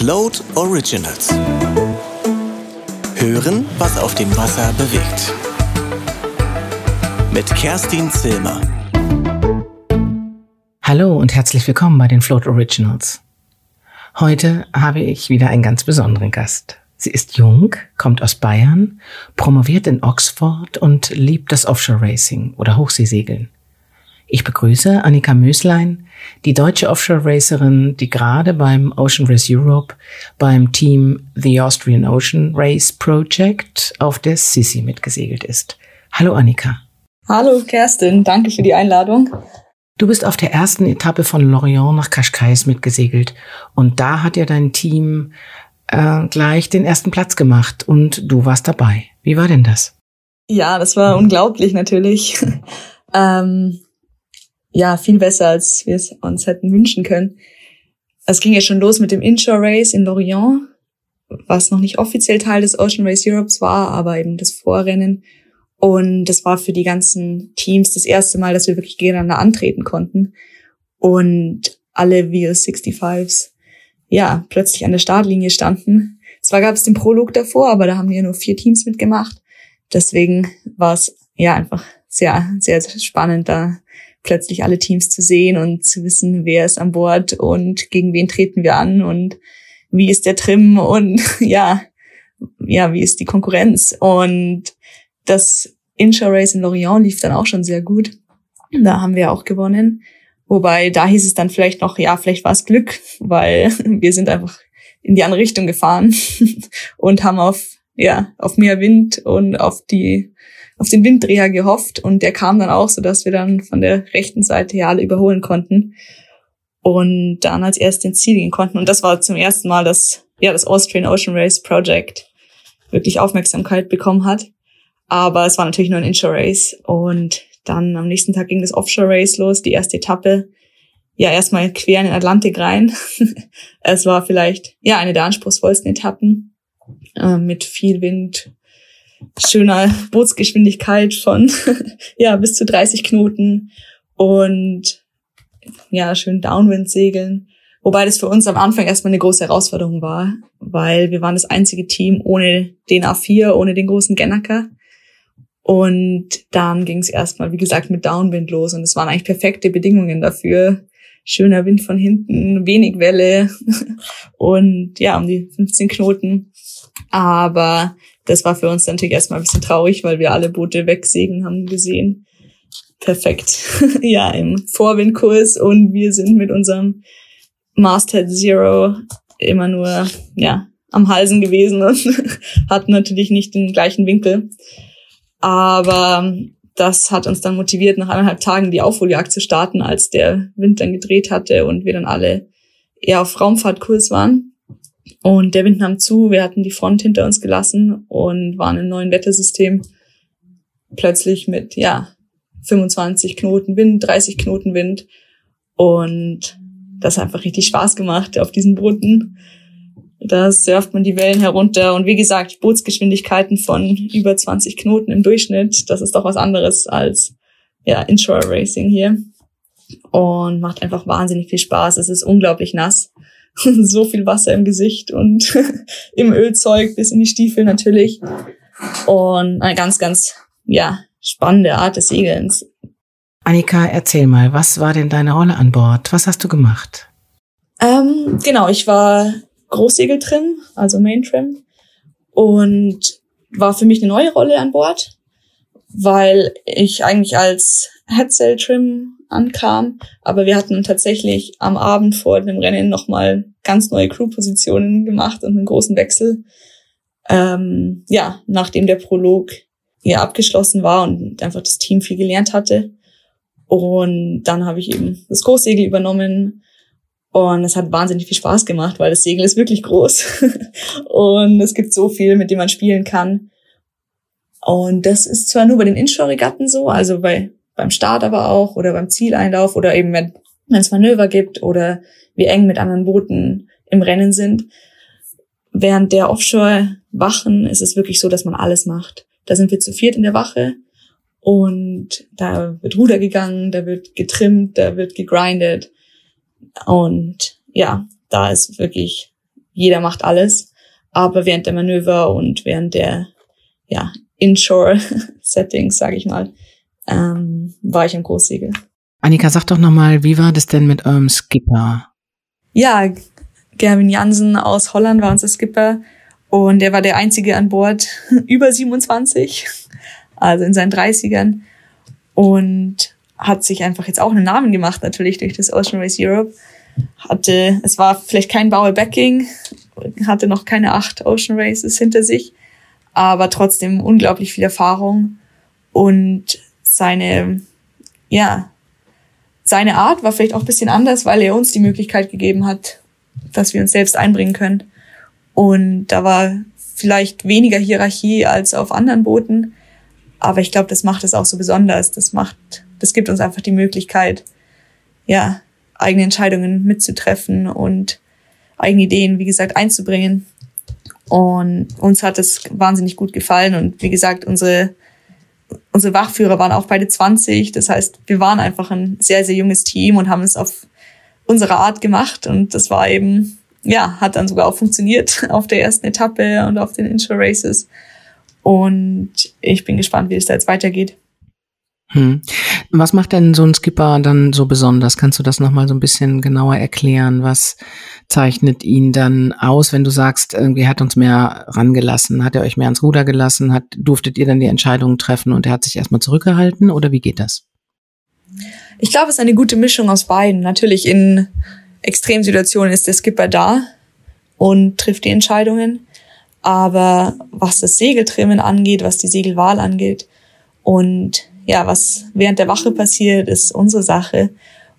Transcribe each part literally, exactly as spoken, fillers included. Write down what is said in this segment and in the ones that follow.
Float Originals. Hören, was auf dem Wasser bewegt. Mit Kerstin Zillmer. Hallo und herzlich willkommen bei den Float Originals. Heute habe ich wieder einen ganz besonderen Gast. Sie ist jung, kommt aus Bayern, promoviert in Oxford und liebt das Offshore Racing oder Hochseesegeln. Ich begrüße Annika Möslein, die deutsche Offshore-Racerin, die gerade beim Ocean Race Europe beim Team The Austrian Ocean Race Project auf der Sissi mitgesegelt ist. Hallo Annika. Hallo Kerstin, danke für die Einladung. Du bist auf der ersten Etappe von Lorient nach Cascais mitgesegelt und da hat ja dein Team äh, gleich den ersten Platz gemacht und du warst dabei. Wie war denn das? Ja, das war unglaublich natürlich. ähm, ja, viel besser, als wir es uns hätten wünschen können. Es ging ja schon los mit dem Inshore Race in Lorient, was noch nicht offiziell Teil des Ocean Race Europes war, aber eben das Vorrennen. Und das war für die ganzen Teams das erste Mal, dass wir wirklich gegeneinander antreten konnten. Und alle V L sechsundfünfzigs, ja, plötzlich an der Startlinie standen. Zwar gab es den Prolog davor, aber da haben ja nur vier Teams mitgemacht. Deswegen war es ja einfach sehr, sehr, sehr spannend, da plötzlich alle Teams zu sehen und zu wissen, wer ist an Bord und gegen wen treten wir an und wie ist der Trim und ja, ja, wie ist die Konkurrenz. Und das Inshore Race in Lorient lief dann auch schon sehr gut. Da haben wir auch gewonnen. Wobei, da hieß es dann vielleicht noch, ja, vielleicht war es Glück, weil wir sind einfach in die andere Richtung gefahren und haben auf, ja, auf mehr Wind und auf die, auf den Winddreher gehofft. Und der kam dann auch, sodass wir dann von der rechten Seite ja alle überholen konnten und dann als Erste ins Ziel gehen konnten. Und das war zum ersten Mal, dass, ja, das Austrian Ocean Race Project wirklich Aufmerksamkeit bekommen hat. Aber es war natürlich nur ein Inshore Race. Und dann am nächsten Tag ging das Offshore Race los, die erste Etappe. Ja, erstmal quer in den Atlantik rein. Es war vielleicht, ja, eine der anspruchsvollsten Etappen, äh, mit viel Wind, schöner Bootsgeschwindigkeit von, ja, bis zu dreißig Knoten und, ja, schön Downwind segeln. Wobei das für uns am Anfang erstmal eine große Herausforderung war, weil wir waren das einzige Team ohne den A vier, ohne den großen Gennaker. Und dann ging es erstmal, wie gesagt, mit Downwind los und es waren eigentlich perfekte Bedingungen dafür. Schöner Wind von hinten, wenig Welle und ja, um die fünfzehn Knoten. Aber das war für uns natürlich erstmal ein bisschen traurig, weil wir alle Boote wegsegeln haben gesehen. Perfekt. Ja, im Vorwindkurs und wir sind mit unserem Masthead Zero immer nur, ja, am Halsen gewesen und hatten natürlich nicht den gleichen Winkel. Aber das hat uns dann motiviert, nach eineinhalb Tagen die Aufholjagd zu starten, als der Wind dann gedreht hatte und wir dann alle eher auf Raumfahrtkurs waren. Und der Wind nahm zu, wir hatten die Front hinter uns gelassen und waren im neuen Wettersystem plötzlich mit, ja, fünfundzwanzig Knoten Wind, dreißig Knoten Wind. Und das hat einfach richtig Spaß gemacht auf diesen Booten. Da surft man die Wellen herunter und wie gesagt, Bootsgeschwindigkeiten von über zwanzig Knoten im Durchschnitt. Das ist doch was anderes als, ja, Inshore Racing hier. Und macht einfach wahnsinnig viel Spaß. Es ist unglaublich nass. So viel Wasser im Gesicht und im Ölzeug bis in die Stiefel natürlich. Und eine ganz, ganz, ja, spannende Art des Segelns. Annika, erzähl mal, was war denn deine Rolle an Bord? Was hast du gemacht? Ähm, genau, ich war Großsegeltrim, also Main-Trim, und war für mich eine neue Rolle an Bord, weil ich eigentlich als Headsail-Trim ankam, aber wir hatten tatsächlich am Abend vor dem Rennen nochmal ganz neue Crew-Positionen gemacht und einen großen Wechsel, ähm, ja, nachdem der Prolog hier abgeschlossen war und einfach das Team viel gelernt hatte. Und dann habe ich eben das Großsegel übernommen. Und es hat wahnsinnig viel Spaß gemacht, weil das Segel ist wirklich groß. Und es gibt so viel, mit dem man spielen kann. Und das ist zwar nur bei den Inshore-Regatten so, also bei beim Start aber auch oder beim Zieleinlauf oder eben wenn wenn es Manöver gibt oder wir eng mit anderen Booten im Rennen sind. Während der Offshore-Wachen ist es wirklich so, dass man alles macht. Da sind wir zu viert in der Wache und da wird Ruder gegangen, da wird getrimmt, da wird gegrindet. Und ja, da ist wirklich jeder macht alles. Aber während der Manöver und während der ja Inshore-Settings, sage ich mal, ähm, war ich am Großsegel. Annika, sag doch nochmal, wie war das denn mit eurem Skipper? Ja, Gerwin Jansen aus Holland war unser Skipper und er war der Einzige an Bord über siebenundzwanzig, also in seinen dreißigern, und hat sich einfach jetzt auch einen Namen gemacht, natürlich durch das Ocean Race Europe. Hatte, es war vielleicht kein Bauer Backing, hatte noch keine acht Ocean Races hinter sich, aber trotzdem unglaublich viel Erfahrung und seine, ja, seine Art war vielleicht auch ein bisschen anders, weil er uns die Möglichkeit gegeben hat, dass wir uns selbst einbringen können. Und da war vielleicht weniger Hierarchie als auf anderen Booten, aber ich glaube, das macht es auch so besonders. Das macht, das gibt uns einfach die Möglichkeit, ja, eigene Entscheidungen mitzutreffen und eigene Ideen, wie gesagt, einzubringen. Und uns hat es wahnsinnig gut gefallen. Und wie gesagt, unsere, unsere Wachführer waren auch beide zwanzig. Das heißt, wir waren einfach ein sehr, sehr junges Team und haben es auf unsere Art gemacht. Und das war eben, ja, hat dann sogar auch funktioniert auf der ersten Etappe und auf den Inshore Races. Und ich bin gespannt, wie es da jetzt weitergeht. Hm. Was macht denn so ein Skipper dann so besonders? Kannst du das nochmal so ein bisschen genauer erklären? Was zeichnet ihn dann aus, wenn du sagst, irgendwie hat uns mehr rangelassen, hat er euch mehr ans Ruder gelassen, hat, durftet ihr dann die Entscheidungen treffen und er hat sich erstmal zurückgehalten oder wie geht das? Ich glaube, es ist eine gute Mischung aus beiden. Natürlich in Extremsituationen ist der Skipper da und trifft die Entscheidungen. Aber was das Segeltrimmen angeht, was die Segelwahl angeht und ja, was während der Wache passiert, ist unsere Sache.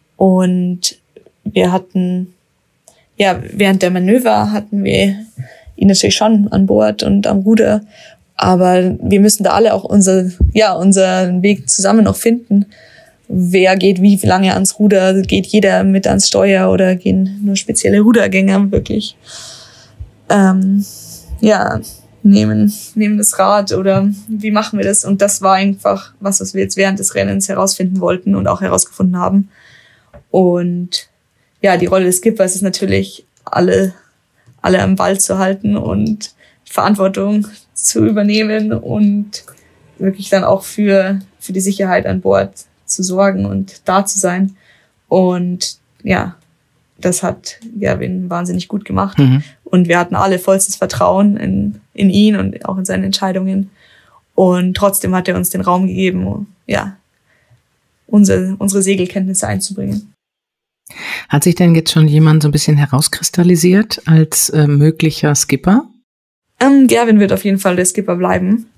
Und wir hatten, ja, während der Manöver hatten wir ihn natürlich schon an Bord und am Ruder. Aber wir müssen da alle auch unser, ja, unseren Weg zusammen noch finden. Wer geht wie lange ans Ruder? Geht jeder mit ans Steuer oder gehen nur spezielle Rudergänger wirklich, ähm, ja, nehmen, nehmen das Rad oder wie machen wir das? Und das war einfach was, was wir jetzt während des Rennens herausfinden wollten und auch herausgefunden haben. Und ja, die Rolle des Skippers ist natürlich, alle, alle am Ball zu halten und Verantwortung zu übernehmen und wirklich dann auch für, für die Sicherheit an Bord zu sorgen und da zu sein. Und ja, das hat Gerwin wahnsinnig gut gemacht. Mhm. Und wir hatten alle vollstes Vertrauen in, in ihn und auch in seine Entscheidungen. Und trotzdem hat er uns den Raum gegeben, ja, unsere, unsere Segelkenntnisse einzubringen. Hat sich denn jetzt schon jemand so ein bisschen herauskristallisiert als äh, möglicher Skipper? Ähm, Gerwin wird auf jeden Fall der Skipper bleiben.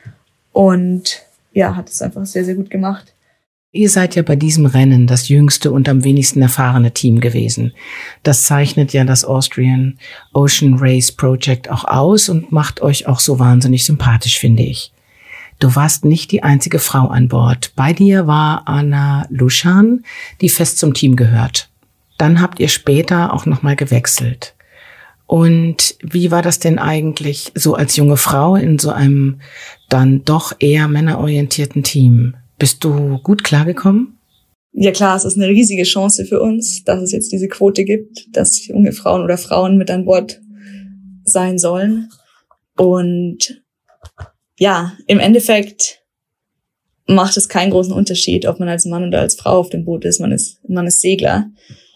Und ja, hat es einfach sehr, sehr gut gemacht. Ihr seid ja bei diesem Rennen das jüngste und am wenigsten erfahrene Team gewesen. Das zeichnet ja das Austrian Ocean Race Project auch aus und macht euch auch so wahnsinnig sympathisch, finde ich. Du warst nicht die einzige Frau an Bord. Bei dir war Anna Luschan, die fest zum Team gehört. Dann habt ihr später auch nochmal gewechselt. Und wie war das denn eigentlich so als junge Frau in so einem dann doch eher männerorientierten Team? Bist du gut klargekommen? Ja klar, es ist eine riesige Chance für uns, dass es jetzt diese Quote gibt, dass junge Frauen oder Frauen mit an Bord sein sollen. Und ja, im Endeffekt macht es keinen großen Unterschied, ob man als Mann oder als Frau auf dem Boot ist. Man ist, man ist Segler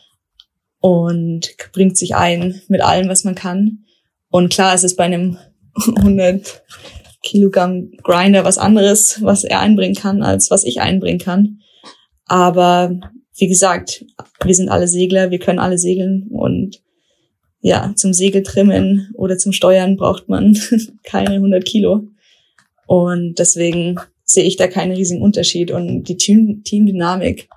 und bringt sich ein mit allem, was man kann. Und klar, es ist bei einem hundert Kilogramm Grinder was anderes, was er einbringen kann, als was ich einbringen kann. Aber wie gesagt, wir sind alle Segler, wir können alle segeln und ja, zum Segeltrimmen oder zum Steuern braucht man keine hundert Kilo. Und deswegen sehe ich da keinen riesigen Unterschied. Und die Team- Teamdynamik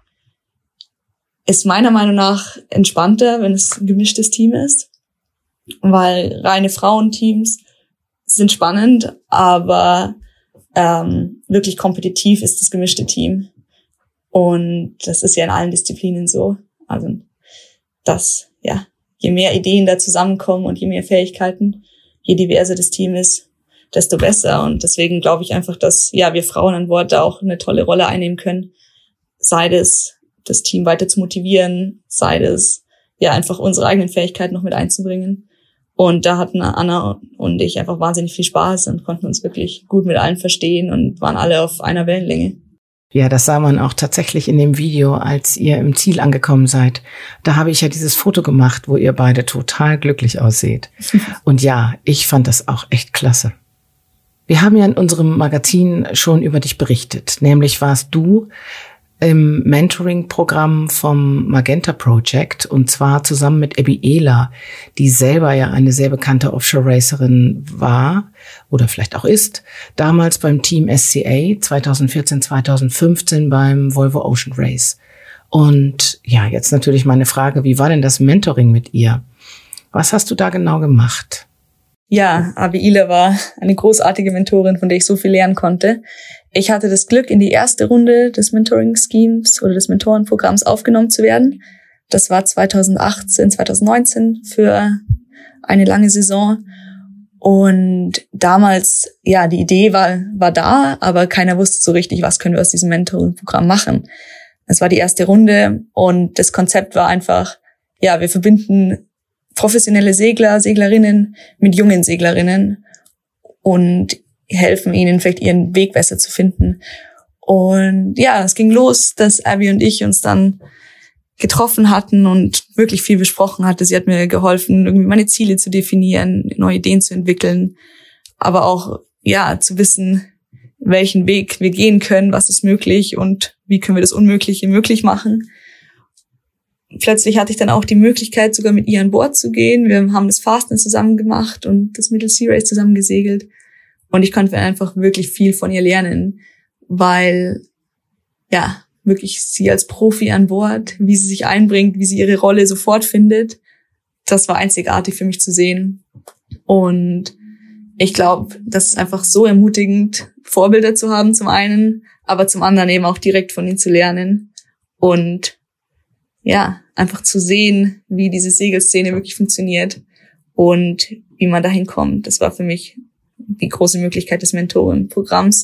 ist meiner Meinung nach entspannter, wenn es ein gemischtes Team ist, weil reine Frauenteams sind spannend, aber ähm, wirklich kompetitiv ist das gemischte Team. Und das ist ja in allen Disziplinen so. Also, dass, ja, je mehr Ideen da zusammenkommen und je mehr Fähigkeiten, je diverser das Team ist, desto besser. Und deswegen glaube ich einfach, dass, ja, wir Frauen an Bord da auch eine tolle Rolle einnehmen können. Sei es, das Team weiter zu motivieren, sei es, ja, einfach unsere eigenen Fähigkeiten noch mit einzubringen. Und da hatten Anna und ich einfach wahnsinnig viel Spaß und konnten uns wirklich gut mit allen verstehen und waren alle auf einer Wellenlänge. Ja, das sah man auch tatsächlich in dem Video, als ihr im Ziel angekommen seid. Da habe ich ja dieses Foto gemacht, wo ihr beide total glücklich ausseht. Und ja, ich fand das auch echt klasse. Wir haben ja in unserem Magazin schon über dich berichtet. Nämlich warst du im Mentoring-Programm vom Magenta Project und zwar zusammen mit Abby Ehler, die selber ja eine sehr bekannte Offshore-Racerin war oder vielleicht auch ist, damals beim Team S C A zweitausendvierzehn, zweitausendfünfzehn beim Volvo Ocean Race. Und ja, jetzt natürlich meine Frage, wie war denn das Mentoring mit ihr? Was hast du da genau gemacht? Ja, Abby Ehler war eine großartige Mentorin, von der ich so viel lernen konnte. Ich hatte das Glück, in die erste Runde des Mentoring-Schemes oder des Mentorenprogramms aufgenommen zu werden. Das war zweitausendachtzehn, zweitausendneunzehn für eine lange Saison. Und damals, ja, die Idee war, war da, aber keiner wusste so richtig, was können wir aus diesem Mentoring-Programm machen. Es war die erste Runde und das Konzept war einfach, ja, wir verbinden professionelle Segler, Seglerinnen mit jungen Seglerinnen und helfen ihnen vielleicht ihren Weg besser zu finden. Und ja, es ging los, dass Abby und ich uns dann getroffen hatten und wirklich viel besprochen hatte. Sie hat mir geholfen, irgendwie meine Ziele zu definieren, neue Ideen zu entwickeln, aber auch ja zu wissen, welchen Weg wir gehen können, was ist möglich und wie können wir das Unmögliche möglich machen. Plötzlich hatte ich dann auch die Möglichkeit, sogar mit ihr an Bord zu gehen. Wir haben das Fastnet zusammen gemacht und das Middle Sea Race zusammen gesegelt. Und ich konnte einfach wirklich viel von ihr lernen, weil, ja, wirklich sie als Profi an Bord, wie sie sich einbringt, wie sie ihre Rolle sofort findet, das war einzigartig für mich zu sehen. Und ich glaube, das ist einfach so ermutigend, Vorbilder zu haben zum einen, aber zum anderen eben auch direkt von ihnen zu lernen und ja, einfach zu sehen, wie diese Segelszene wirklich funktioniert und wie man dahin kommt. Das war für mich die große Möglichkeit des Mentorenprogramms.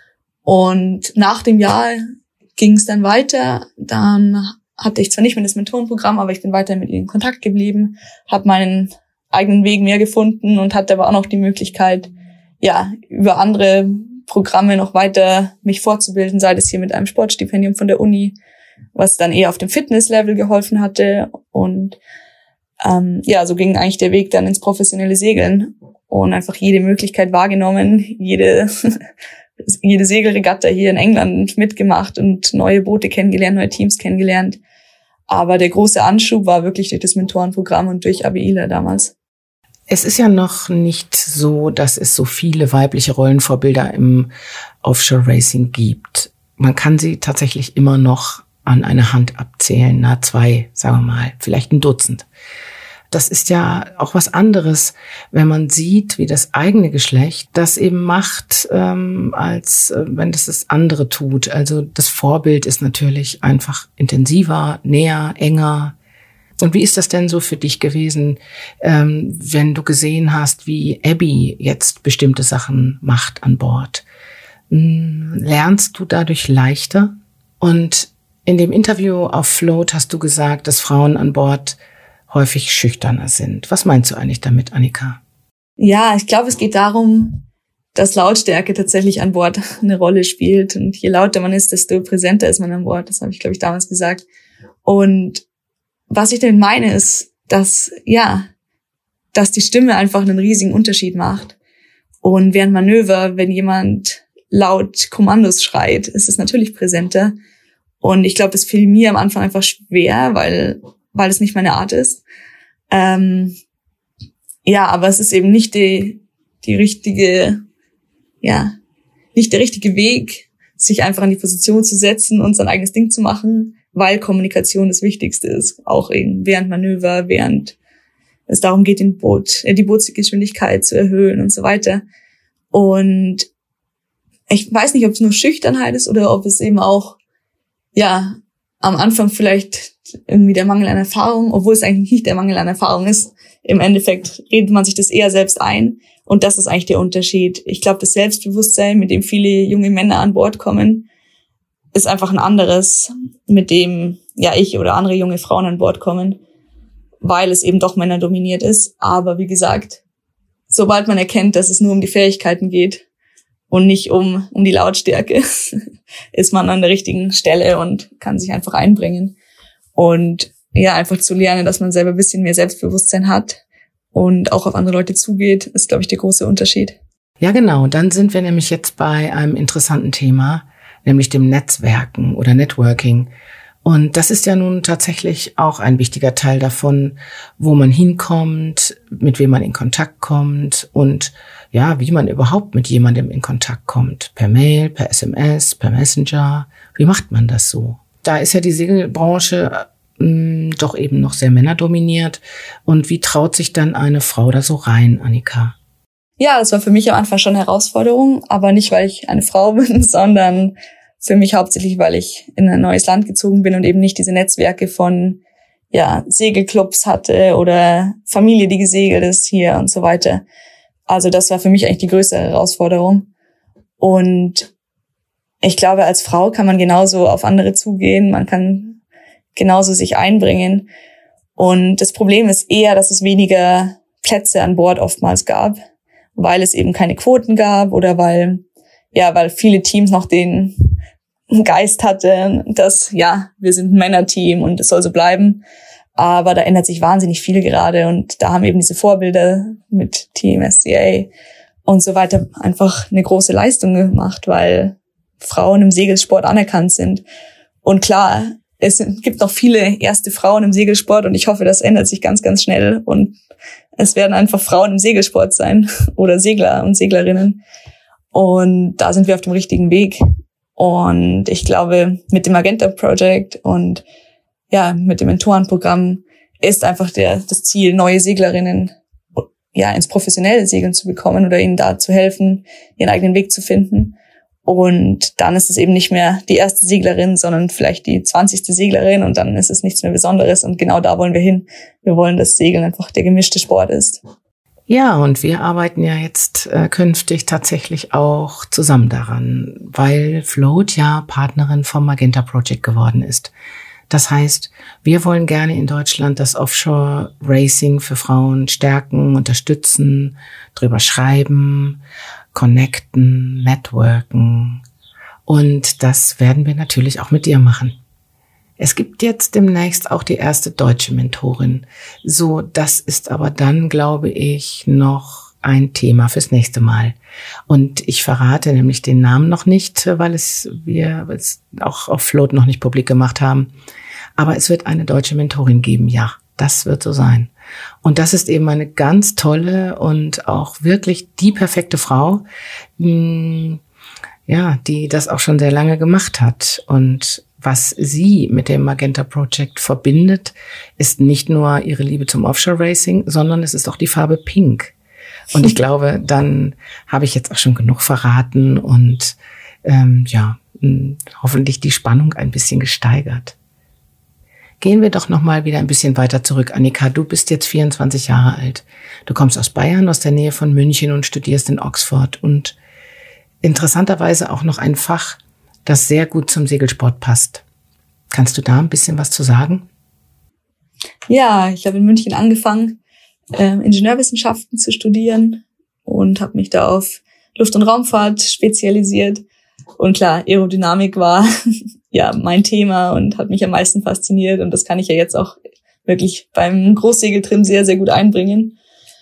Und nach dem Jahr ging es dann weiter. Dann hatte ich zwar nicht mehr das Mentorenprogramm, aber ich bin weiter mit ihnen in Kontakt geblieben, habe meinen eigenen Weg mehr gefunden und hatte aber auch noch die Möglichkeit, ja, über andere Programme noch weiter mich fortzubilden, sei das hier mit einem Sportstipendium von der Uni, was dann eher auf dem Fitnesslevel geholfen hatte. Und ähm, ja, so ging eigentlich der Weg dann ins professionelle Segeln und einfach jede Möglichkeit wahrgenommen, jede jede Segelregatta hier in England mitgemacht und neue Boote kennengelernt, neue Teams kennengelernt. Aber der große Anschub war wirklich durch das Mentorenprogramm und durch Abby Ehler damals. Es ist ja noch nicht so, dass es so viele weibliche Rollenvorbilder im Offshore Racing gibt. Man kann sie tatsächlich immer noch an eine Hand abzählen, na zwei, sagen wir mal, vielleicht ein Dutzend. Das ist ja auch was anderes, wenn man sieht, wie das eigene Geschlecht das eben macht, ähm, als äh, wenn das das andere tut. Also das Vorbild ist natürlich einfach intensiver, näher, enger. Und wie ist das denn so für dich gewesen, ähm, wenn du gesehen hast, wie Abby jetzt bestimmte Sachen macht an Bord? Lernst du dadurch leichter? Und in dem Interview auf Float hast du gesagt, dass Frauen an Bord häufig schüchterner sind. Was meinst du eigentlich damit, Annika? Ja, ich glaube, es geht darum, dass Lautstärke tatsächlich an Bord eine Rolle spielt. Und je lauter man ist, desto präsenter ist man an Bord. Das habe ich, glaube ich, damals gesagt. Und was ich damit meine, ist, dass, ja, dass die Stimme einfach einen riesigen Unterschied macht. Und während Manöver, wenn jemand laut Kommandos schreit, ist es natürlich präsenter. Und ich glaube, das fiel mir am Anfang einfach schwer, weil weil es nicht meine Art ist. Ähm, ja, aber es ist eben nicht die die richtige, ja, nicht der richtige Weg, sich einfach in die Position zu setzen und sein eigenes Ding zu machen, weil Kommunikation das Wichtigste ist, auch eben während Manöver, während es darum geht, den Boot, äh, die Bootsgeschwindigkeit zu erhöhen und so weiter. Und ich weiß nicht, ob es nur Schüchternheit ist oder ob es eben auch, ja, am Anfang vielleicht irgendwie der Mangel an Erfahrung, obwohl es eigentlich nicht der Mangel an Erfahrung ist. Im Endeffekt redet man sich das eher selbst ein. Und das ist eigentlich der Unterschied. Ich glaube, das Selbstbewusstsein, mit dem viele junge Männer an Bord kommen, ist einfach ein anderes, mit dem ja ich oder andere junge Frauen an Bord kommen. weil es eben doch männerdominiert ist. Aber wie gesagt, sobald man erkennt, dass es nur um die Fähigkeiten geht und nicht um um die Lautstärke, ist man an der richtigen Stelle und kann sich einfach einbringen. Und ja, einfach zu lernen, dass man selber ein bisschen mehr Selbstbewusstsein hat und auch auf andere Leute zugeht, ist, glaube ich, der große Unterschied. Ja, genau. Dann sind wir nämlich jetzt bei einem interessanten Thema, nämlich dem Netzwerken oder Networking. Und das ist ja nun tatsächlich auch ein wichtiger Teil davon, wo man hinkommt, mit wem man in Kontakt kommt und ja, wie man überhaupt mit jemandem in Kontakt kommt. Per Mail, per S M S, per Messenger. Wie macht man das so? Da ist ja die Segelbranche mh, doch eben noch sehr männerdominiert. Und wie traut sich dann eine Frau da so rein, Annika? Ja, das war für mich am Anfang schon eine Herausforderung, aber nicht, weil ich eine Frau bin, sondern für mich hauptsächlich, weil ich in ein neues Land gezogen bin und eben nicht diese Netzwerke von ja Segelclubs hatte oder Familie, die gesegelt ist hier und so weiter. Also das war für mich eigentlich die größte Herausforderung. Und ich glaube, als Frau kann man genauso auf andere zugehen, man kann genauso sich einbringen. Und das Problem ist eher, dass es weniger Plätze an Bord oftmals gab, weil es eben keine Quoten gab oder weil ja, weil viele Teams noch den Geist hatten, dass ja, wir sind ein Männerteam und es soll so bleiben. Aber da ändert sich wahnsinnig viel gerade und da haben eben diese Vorbilder mit Team S C A und so weiter einfach eine große Leistung gemacht, weil Frauen im Segelsport anerkannt sind. Und klar, es gibt noch viele erste Frauen im Segelsport und ich hoffe, das ändert sich ganz, ganz schnell und es werden einfach Frauen im Segelsport sein oder Segler und Seglerinnen. Und da sind wir auf dem richtigen Weg. Und ich glaube, mit dem Magenta Project und ja, mit dem Mentorenprogramm ist einfach der, das Ziel, neue Seglerinnen ja ins professionelle Segeln zu bekommen oder ihnen da zu helfen, ihren eigenen Weg zu finden. Und dann ist es eben nicht mehr die erste Seglerin, sondern vielleicht die zwanzigste Seglerin und dann ist es nichts mehr Besonderes. Und genau da wollen wir hin. Wir wollen, dass Segeln einfach der gemischte Sport ist. Ja, und wir arbeiten ja jetzt äh, künftig tatsächlich auch zusammen daran, weil Float ja Partnerin vom Magenta Project geworden ist. Das heißt, wir wollen gerne in Deutschland das Offshore Racing für Frauen stärken, unterstützen, drüber schreiben, connecten, networken. Und das werden wir natürlich auch mit dir machen. Es gibt jetzt demnächst auch die erste deutsche Mentorin. So, das ist aber dann, glaube ich, noch ein Thema fürs nächste Mal. Und ich verrate nämlich den Namen noch nicht, weil es wir es auch auf Float noch nicht publik gemacht haben. Aber es wird eine deutsche Mentorin geben, ja, das wird so sein. Und das ist eben eine ganz tolle und auch wirklich die perfekte Frau, mh, ja, die das auch schon sehr lange gemacht hat. Und was sie mit dem Magenta Project verbindet, ist nicht nur ihre Liebe zum Offshore Racing, sondern es ist auch die Farbe Pink. Und ich glaube, dann habe ich jetzt auch schon genug verraten und ähm, ja, mh, hoffentlich die Spannung ein bisschen gesteigert. Gehen wir doch noch mal wieder ein bisschen weiter zurück. Annika, du bist jetzt vierundzwanzig Jahre alt. Du kommst aus Bayern, aus der Nähe von München und studierst in Oxford. Und interessanterweise auch noch ein Fach, das sehr gut zum Segelsport passt. Kannst du da ein bisschen was zu sagen? Ja, ich habe in München angefangen, äh, Ingenieurwissenschaften zu studieren und habe mich da auf Luft- und Raumfahrt spezialisiert. Und klar, Aerodynamik war ja mein Thema und hat mich am meisten fasziniert. Und das kann ich ja jetzt auch wirklich beim Großsegeltrim sehr, sehr gut einbringen.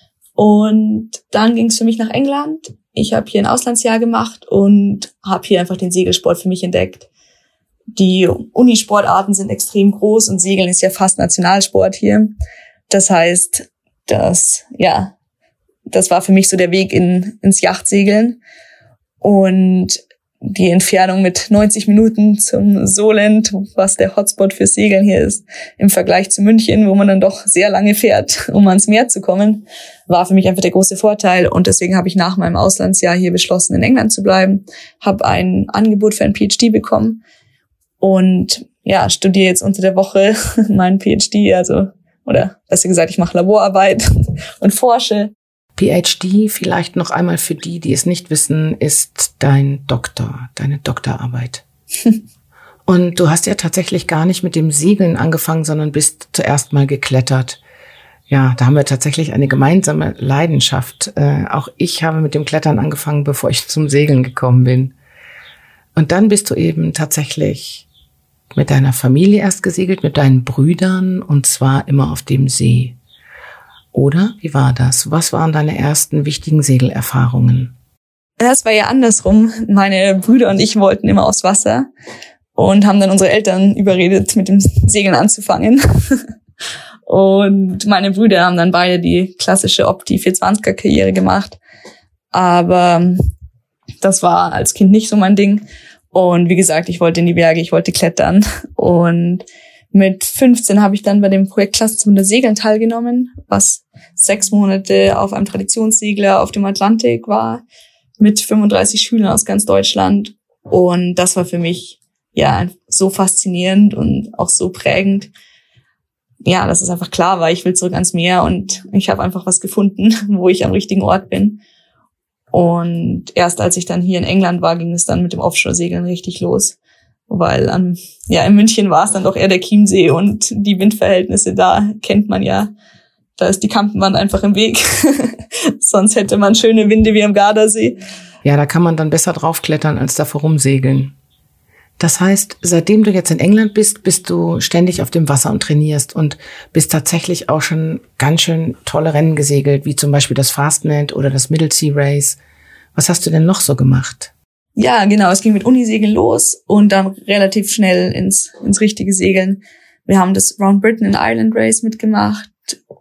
Und dann ging es für mich nach England. Ich habe hier ein Auslandsjahr gemacht und habe hier einfach den Segelsport für mich entdeckt. Die Unisportarten sind extrem groß und Segeln ist ja fast Nationalsport hier. Das heißt, das, ja, das war für mich so der Weg in, ins Yachtsegeln. Und die Entfernung mit neunzig Minuten zum Solent, was der Hotspot für Segeln hier ist, im Vergleich zu München, wo man dann doch sehr lange fährt, um ans Meer zu kommen, war für mich einfach der große Vorteil. Und deswegen habe ich nach meinem Auslandsjahr hier beschlossen, in England zu bleiben, habe ein Angebot für ein P H D bekommen und ja, studiere jetzt unter der Woche meinen P H D, also oder besser gesagt, ich mache Laborarbeit und forsche. P H D, vielleicht noch einmal für die, die es nicht wissen, ist dein Doktor, deine Doktorarbeit. Und du hast ja tatsächlich gar nicht mit dem Segeln angefangen, sondern bist zuerst mal geklettert. Ja, da haben wir tatsächlich eine gemeinsame Leidenschaft. Äh, auch ich habe mit dem Klettern angefangen, bevor ich zum Segeln gekommen bin. Und dann bist du eben tatsächlich mit deiner Familie erst gesegelt, mit deinen Brüdern, und zwar immer auf dem See. Oder wie war das? Was waren deine ersten wichtigen Segelerfahrungen? Das war ja andersrum. Meine Brüder und ich wollten immer aufs Wasser und haben dann unsere Eltern überredet, mit dem Segeln anzufangen. Und meine Brüder haben dann beide die klassische Opti vierhundertzwanziger-Karriere gemacht. Aber das war als Kind nicht so mein Ding. Und wie gesagt, ich wollte in die Berge, ich wollte klettern. Und mit fünfzehn habe ich dann bei dem Projekt Klassenzimmer Segeln teilgenommen, was sechs Monate auf einem Traditionssegler auf dem Atlantik war, mit fünfunddreißig Schülern aus ganz Deutschland. Und das war für mich ja so faszinierend und auch so prägend. Ja, dass es einfach klar war, ich will zurück ans Meer und ich habe einfach was gefunden, wo ich am richtigen Ort bin. Und erst als ich dann hier in England war, ging es dann mit dem Offshore-Segeln richtig los. Weil ähm, ja in München war es dann doch eher der Chiemsee und die Windverhältnisse da kennt man ja. Da ist die Kampenwand einfach im Weg. Sonst hätte man schöne Winde wie am Gardasee. Ja, da kann man dann besser draufklettern, als da vorumsegeln. Das heißt, seitdem du jetzt in England bist, bist du ständig auf dem Wasser und trainierst und bist tatsächlich auch schon ganz schön tolle Rennen gesegelt, wie zum Beispiel das Fastnet oder das Middle Sea Race. Was hast du denn noch so gemacht? Ja, genau. Es ging mit Unisegeln los und dann relativ schnell ins, ins richtige Segeln. Wir haben das Round Britain and Ireland Race mitgemacht,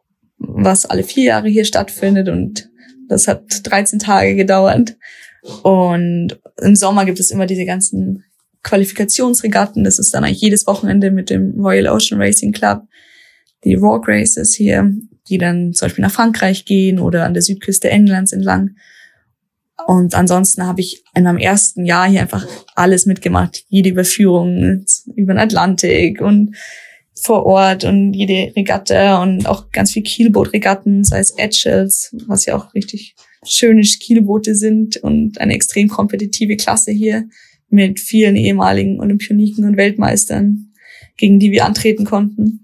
was alle vier Jahre hier stattfindet, und das hat dreizehn Tage gedauert. Und im Sommer gibt es immer diese ganzen Qualifikationsregatten. Das ist dann eigentlich jedes Wochenende mit dem Royal Ocean Racing Club. Die Rock Races hier, die dann zum Beispiel nach Frankreich gehen oder an der Südküste Englands entlang. Und ansonsten habe ich in meinem ersten Jahr hier einfach alles mitgemacht. Jede Überführung über den Atlantik und vor Ort und jede Regatta und auch ganz viel Kielboot-Regatten, sei es Edgels, was ja auch richtig schöne Kielboote sind, und eine extrem kompetitive Klasse hier mit vielen ehemaligen Olympioniken und Weltmeistern, gegen die wir antreten konnten.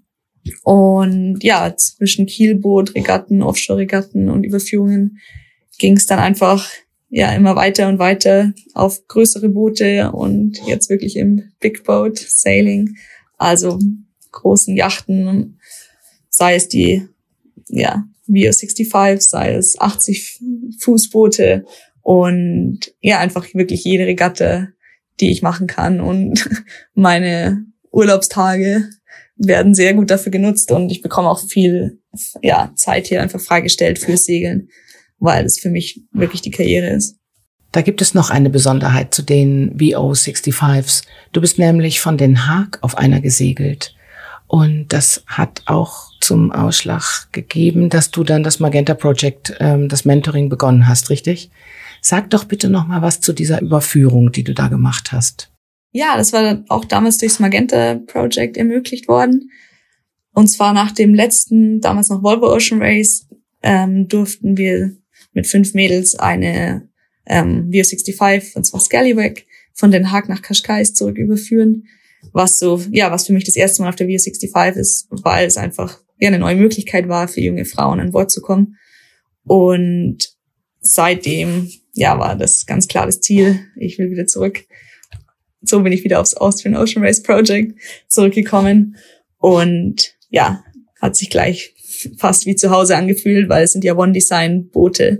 Und ja, zwischen Kielboot, Regatten, Offshore-Regatten und Überführungen ging es dann einfach ja immer weiter und weiter auf größere Boote und jetzt wirklich im Big Boat Sailing, also großen Yachten, sei es die ja V O fünfundsechzig, sei es achtzig Fußboote und ja einfach wirklich jede Regatta, die ich machen kann, und meine Urlaubstage werden sehr gut dafür genutzt und ich bekomme auch viel ja Zeit hier einfach freigestellt fürs Segeln, weil es für mich wirklich die Karriere ist. Da gibt es noch eine Besonderheit zu den V O sechsundsechzigs. Du bist nämlich von Den Haag auf einer gesegelt. Und das hat auch zum Ausschlag gegeben, dass du dann das Magenta Project, ähm, das Mentoring begonnen hast, richtig? Sag doch bitte noch mal was zu dieser Überführung, die du da gemacht hast. Ja, das war auch damals durchs Magenta Project ermöglicht worden. Und zwar nach dem letzten, damals noch Volvo Ocean Race, ähm, durften wir mit fünf Mädels eine ähm, V O sechsundsechzig, und zwar Scallywag, von Den Haag nach Cascais zurück überführen. Was so, ja, was für mich das erste Mal auf der V O sechsundsechzig ist, weil es einfach ja eine neue Möglichkeit war, für junge Frauen an Bord zu kommen. Und seitdem, ja, war das ganz klar das Ziel. Ich will wieder zurück. So bin ich wieder aufs Austrian Ocean Race Project zurückgekommen. Und ja, hat sich gleich fast wie zu Hause angefühlt, weil es sind ja One-Design-Boote,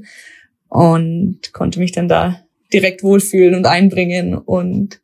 und konnte mich dann da direkt wohlfühlen und einbringen. Und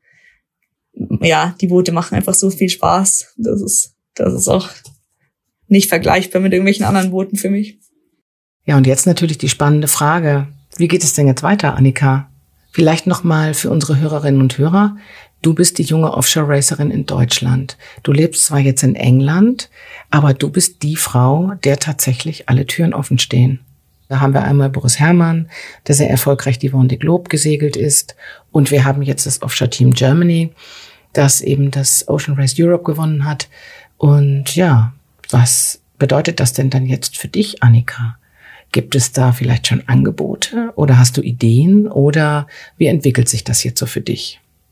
ja, die Boote machen einfach so viel Spaß. Das ist, das ist auch nicht vergleichbar mit irgendwelchen anderen Booten für mich. Ja, und jetzt natürlich die spannende Frage. Wie geht es denn jetzt weiter, Annika? Vielleicht nochmal für unsere Hörerinnen und Hörer. Du bist die junge Offshore-Racerin in Deutschland. Du lebst zwar jetzt in England, aber du bist die Frau, der tatsächlich alle Türen offen stehen. Da haben wir einmal Boris Herrmann, der sehr erfolgreich die Vendée Globe gesegelt ist. Und wir haben jetzt das Offshore Team Germany, das eben das Ocean Race Europe gewonnen hat. Und ja, was bedeutet das denn dann jetzt für dich, Annika? Gibt es da vielleicht schon Angebote oder hast du Ideen oder wie entwickelt sich das jetzt so für dich?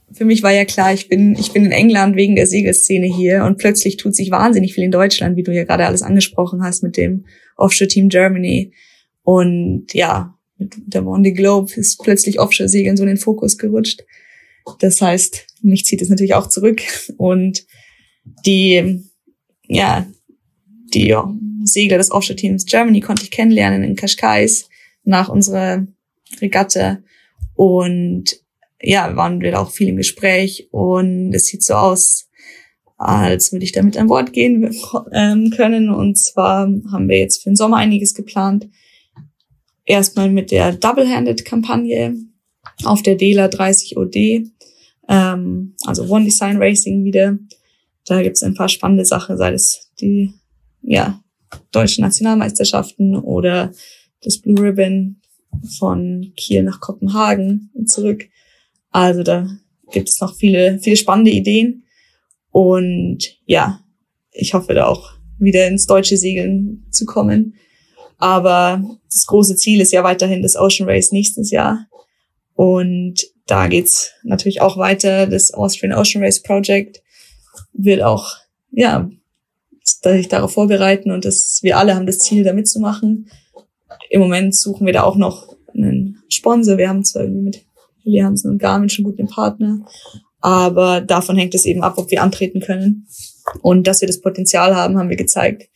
für mich war ja klar, ich bin, ich bin in England wegen der Segelszene hier und plötzlich tut sich wahnsinnig viel in Deutschland, wie du ja gerade alles angesprochen hast mit dem Offshore Team Germany. Und ja, mit der Vendée Globe ist plötzlich Offshore-Segeln so in den Fokus gerutscht. Das heißt, mich zieht es natürlich auch zurück. Und die, ja, die ja, Segler des Offshore Teams Germany konnte ich kennenlernen in Cascais nach unserer Regatta. Und ja, wir waren wieder auch viel im Gespräch und es sieht so aus, als würde ich damit an Bord gehen ähm, können. Und zwar haben wir jetzt für den Sommer einiges geplant. Erstmal mit der Double-Handed-Kampagne auf der Dela dreißig O D, ähm, also One Design Racing wieder. Da gibt's ein paar spannende Sachen, sei es die ja deutschen Nationalmeisterschaften oder das Blue Ribbon von Kiel nach Kopenhagen und zurück. Also da gibt es noch viele, viele spannende Ideen. Und ja, ich hoffe da auch wieder ins deutsche Segeln zu kommen. Aber das große Ziel ist ja weiterhin das Ocean Race nächstes Jahr. Und da geht's natürlich auch weiter. Das Austrian Ocean Race Project wird auch, ja, sich darauf vorbereiten und das, wir alle haben das Ziel, da mitzumachen. Im Moment suchen wir da auch noch einen Sponsor. Wir haben zwar irgendwie mit Helly Hansen und Garmin schon gut einen Partner, aber davon hängt es eben ab, ob wir antreten können. Und dass wir das Potenzial haben, haben wir gezeigt.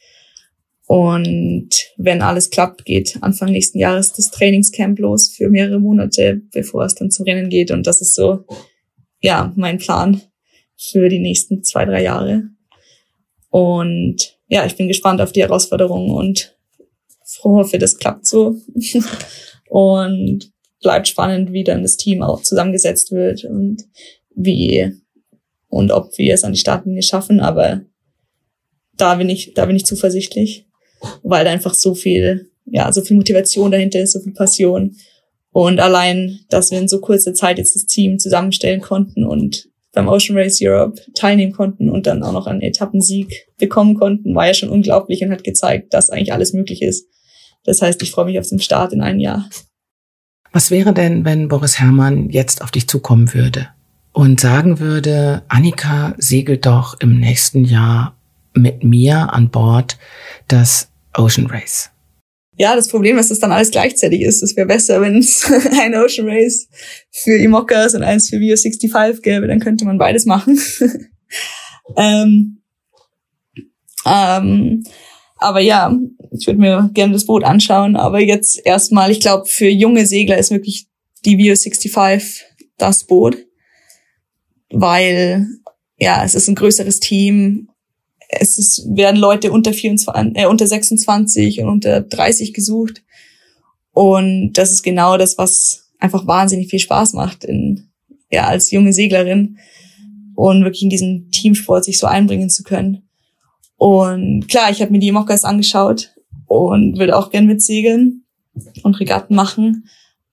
Und wenn alles klappt, geht Anfang nächsten Jahres das Trainingscamp los für mehrere Monate, bevor es dann zum Rennen geht. Und das ist so, ja, mein Plan für die nächsten zwei, drei Jahre. Und ja, ich bin gespannt auf die Herausforderungen und hoffe, das klappt so. Und bleibt spannend, wie dann das Team auch zusammengesetzt wird und wie und ob wir es an die Startlinie schaffen. Aber da bin ich, da bin ich zuversichtlich, weil da einfach so viel, ja, so viel Motivation dahinter ist, so viel Passion. Und allein, dass wir in so kurzer Zeit jetzt das Team zusammenstellen konnten und beim Ocean Race Europe teilnehmen konnten und dann auch noch einen Etappensieg bekommen konnten, war ja schon unglaublich und hat gezeigt, dass eigentlich alles möglich ist. Das heißt, ich freue mich auf den Start in einem Jahr. Was wäre denn, wenn Boris Herrmann jetzt auf dich zukommen würde und sagen würde, Annika, segelt doch im nächsten Jahr mit mir an Bord das Ocean Race? Ja, das Problem ist, dass das dann alles gleichzeitig ist. Es wäre besser, wenn es ein Ocean Race für IMOCAs und eins für V O fünfundsechzig gäbe, dann könnte man beides machen. ähm, ähm, aber ja, ich würde mir gerne das Boot anschauen. Aber jetzt erstmal, ich glaube, für junge Segler ist wirklich die V O fünfundsechzig das Boot. Weil, ja, es ist ein größeres Team. Es ist, werden Leute unter vierundzwanzig, äh, unter sechsundzwanzig und unter dreißig gesucht. Und das ist genau das, was einfach wahnsinnig viel Spaß macht in, ja, als junge Seglerin und wirklich in diesen Teamsport sich so einbringen zu können. Und klar, ich habe mir die IMOCAs angeschaut und würde auch gern mitsegeln und Regatten machen.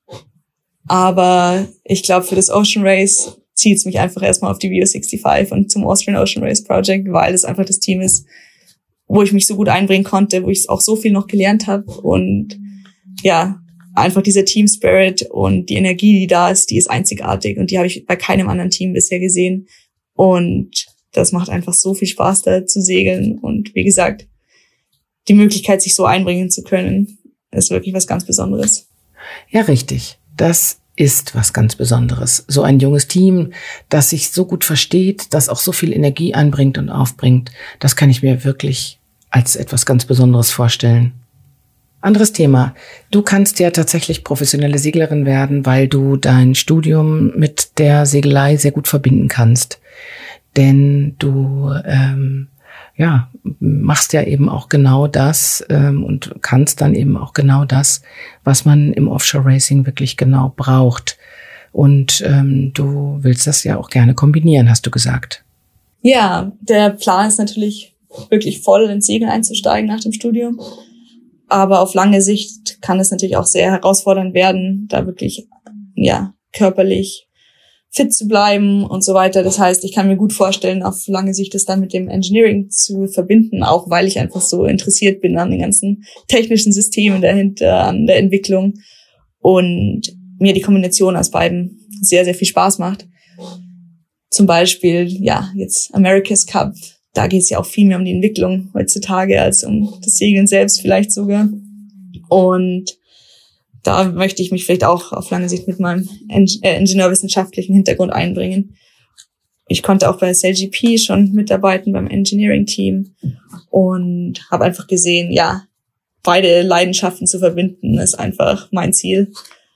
Aber ich glaube, für das Ocean Race zieht es mich einfach erstmal auf die V O fünfundsechzig und zum Austrian Ocean Race Project, weil es einfach das Team ist, wo ich mich so gut einbringen konnte, wo ich auch so viel noch gelernt habe. Und ja, einfach dieser Team Spirit und die Energie, die da ist, die ist einzigartig und die habe ich bei keinem anderen Team bisher gesehen. Und das macht einfach so viel Spaß, da zu segeln. Und wie gesagt, die Möglichkeit, sich so einbringen zu können, ist wirklich was ganz Besonderes. Ja, richtig. Das ist was ganz Besonderes. So ein junges Team, das sich so gut versteht, das auch so viel Energie einbringt und aufbringt, das kann ich mir wirklich als etwas ganz Besonderes vorstellen. Anderes Thema. Du kannst ja tatsächlich professionelle Seglerin werden, weil du dein Studium mit der Segelei sehr gut verbinden kannst. Denn du ähm, ja machst ja eben auch genau das ähm, und kannst dann eben auch genau das, was man im Offshore Racing wirklich genau braucht. Und ähm, du willst das ja auch gerne kombinieren, hast du gesagt. Ja, der Plan ist natürlich wirklich voll ins Segeln einzusteigen nach dem Studium. Aber auf lange Sicht kann es natürlich auch sehr herausfordernd werden, da wirklich ja körperlich fit zu bleiben und so weiter. Das heißt, ich kann mir gut vorstellen, auf lange Sicht das dann mit dem Engineering zu verbinden, auch weil ich einfach so interessiert bin an den ganzen technischen Systemen dahinter, an der Entwicklung und mir die Kombination aus beiden sehr, sehr viel Spaß macht. zum Beispiel, ja, jetzt America's Cup, da geht es ja auch viel mehr um die Entwicklung heutzutage als um das Segeln selbst vielleicht sogar. Und da möchte ich mich vielleicht auch auf lange Sicht mit meinem Ing- äh, ingenieurwissenschaftlichen Hintergrund einbringen. Ich konnte auch bei S L G P schon mitarbeiten beim Engineering-Team und habe einfach gesehen, ja, beide Leidenschaften zu verbinden, ist einfach mein Ziel.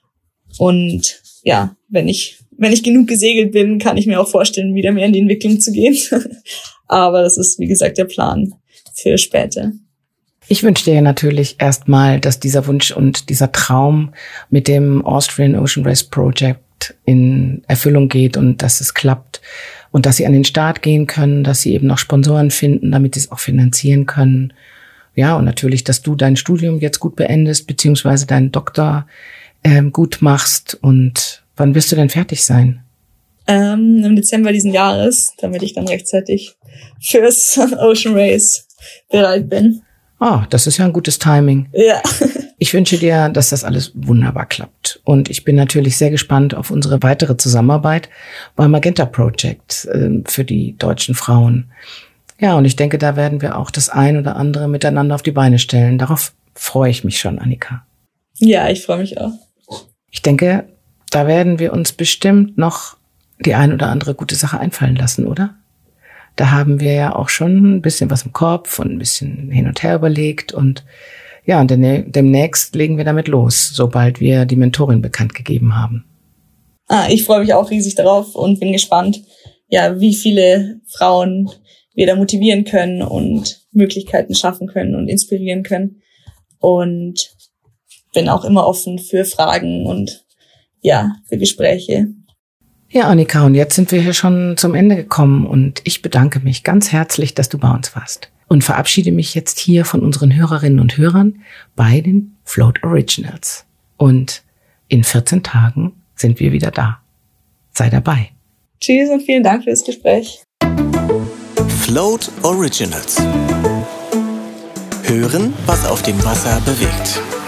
Und ja, wenn ich wenn ich genug gesegelt bin, kann ich mir auch vorstellen, wieder mehr in die Entwicklung zu gehen. Aber das ist, wie gesagt, der Plan für später. Ich wünsche dir natürlich erstmal, dass dieser Wunsch und dieser Traum mit dem Austrian Ocean Race Project in Erfüllung geht und dass es klappt und dass sie an den Start gehen können, dass sie eben noch Sponsoren finden, damit sie es auch finanzieren können. Ja, und natürlich, dass du dein Studium jetzt gut beendest, beziehungsweise deinen Doktor ähm, gut machst. Und wann wirst du denn fertig sein? Ähm, im Dezember diesen Jahres, damit ich dann rechtzeitig fürs Ocean Race bereit bin. Ah, das ist ja ein gutes Timing. Ja. Ich wünsche dir, dass das alles wunderbar klappt. Und ich bin natürlich sehr gespannt auf unsere weitere Zusammenarbeit beim Magenta Project äh, für die deutschen Frauen. Ja, und ich denke, da werden wir auch das ein oder andere miteinander auf die Beine stellen. Darauf freue ich mich schon, Annika. Ja, ich freue mich auch. Ich denke, da werden wir uns bestimmt noch die ein oder andere gute Sache einfallen lassen, oder? Da haben wir ja auch schon ein bisschen was im Kopf und ein bisschen hin und her überlegt. Und ja, und demnächst legen wir damit los, sobald wir die Mentorin bekannt gegeben haben. Ah, ich freue mich auch riesig darauf und bin gespannt, ja, wie viele Frauen wir da motivieren können und Möglichkeiten schaffen können und inspirieren können. Und bin auch immer offen für Fragen und ja, für Gespräche. Ja, Annika, und jetzt sind wir hier schon zum Ende gekommen und ich bedanke mich ganz herzlich, dass du bei uns warst und verabschiede mich jetzt hier von unseren Hörerinnen und Hörern bei den Float Originals. Und in vierzehn Tagen sind wir wieder da. Sei dabei. Tschüss und vielen Dank für das Gespräch. Float Originals. Hören, was auf dem Wasser bewegt.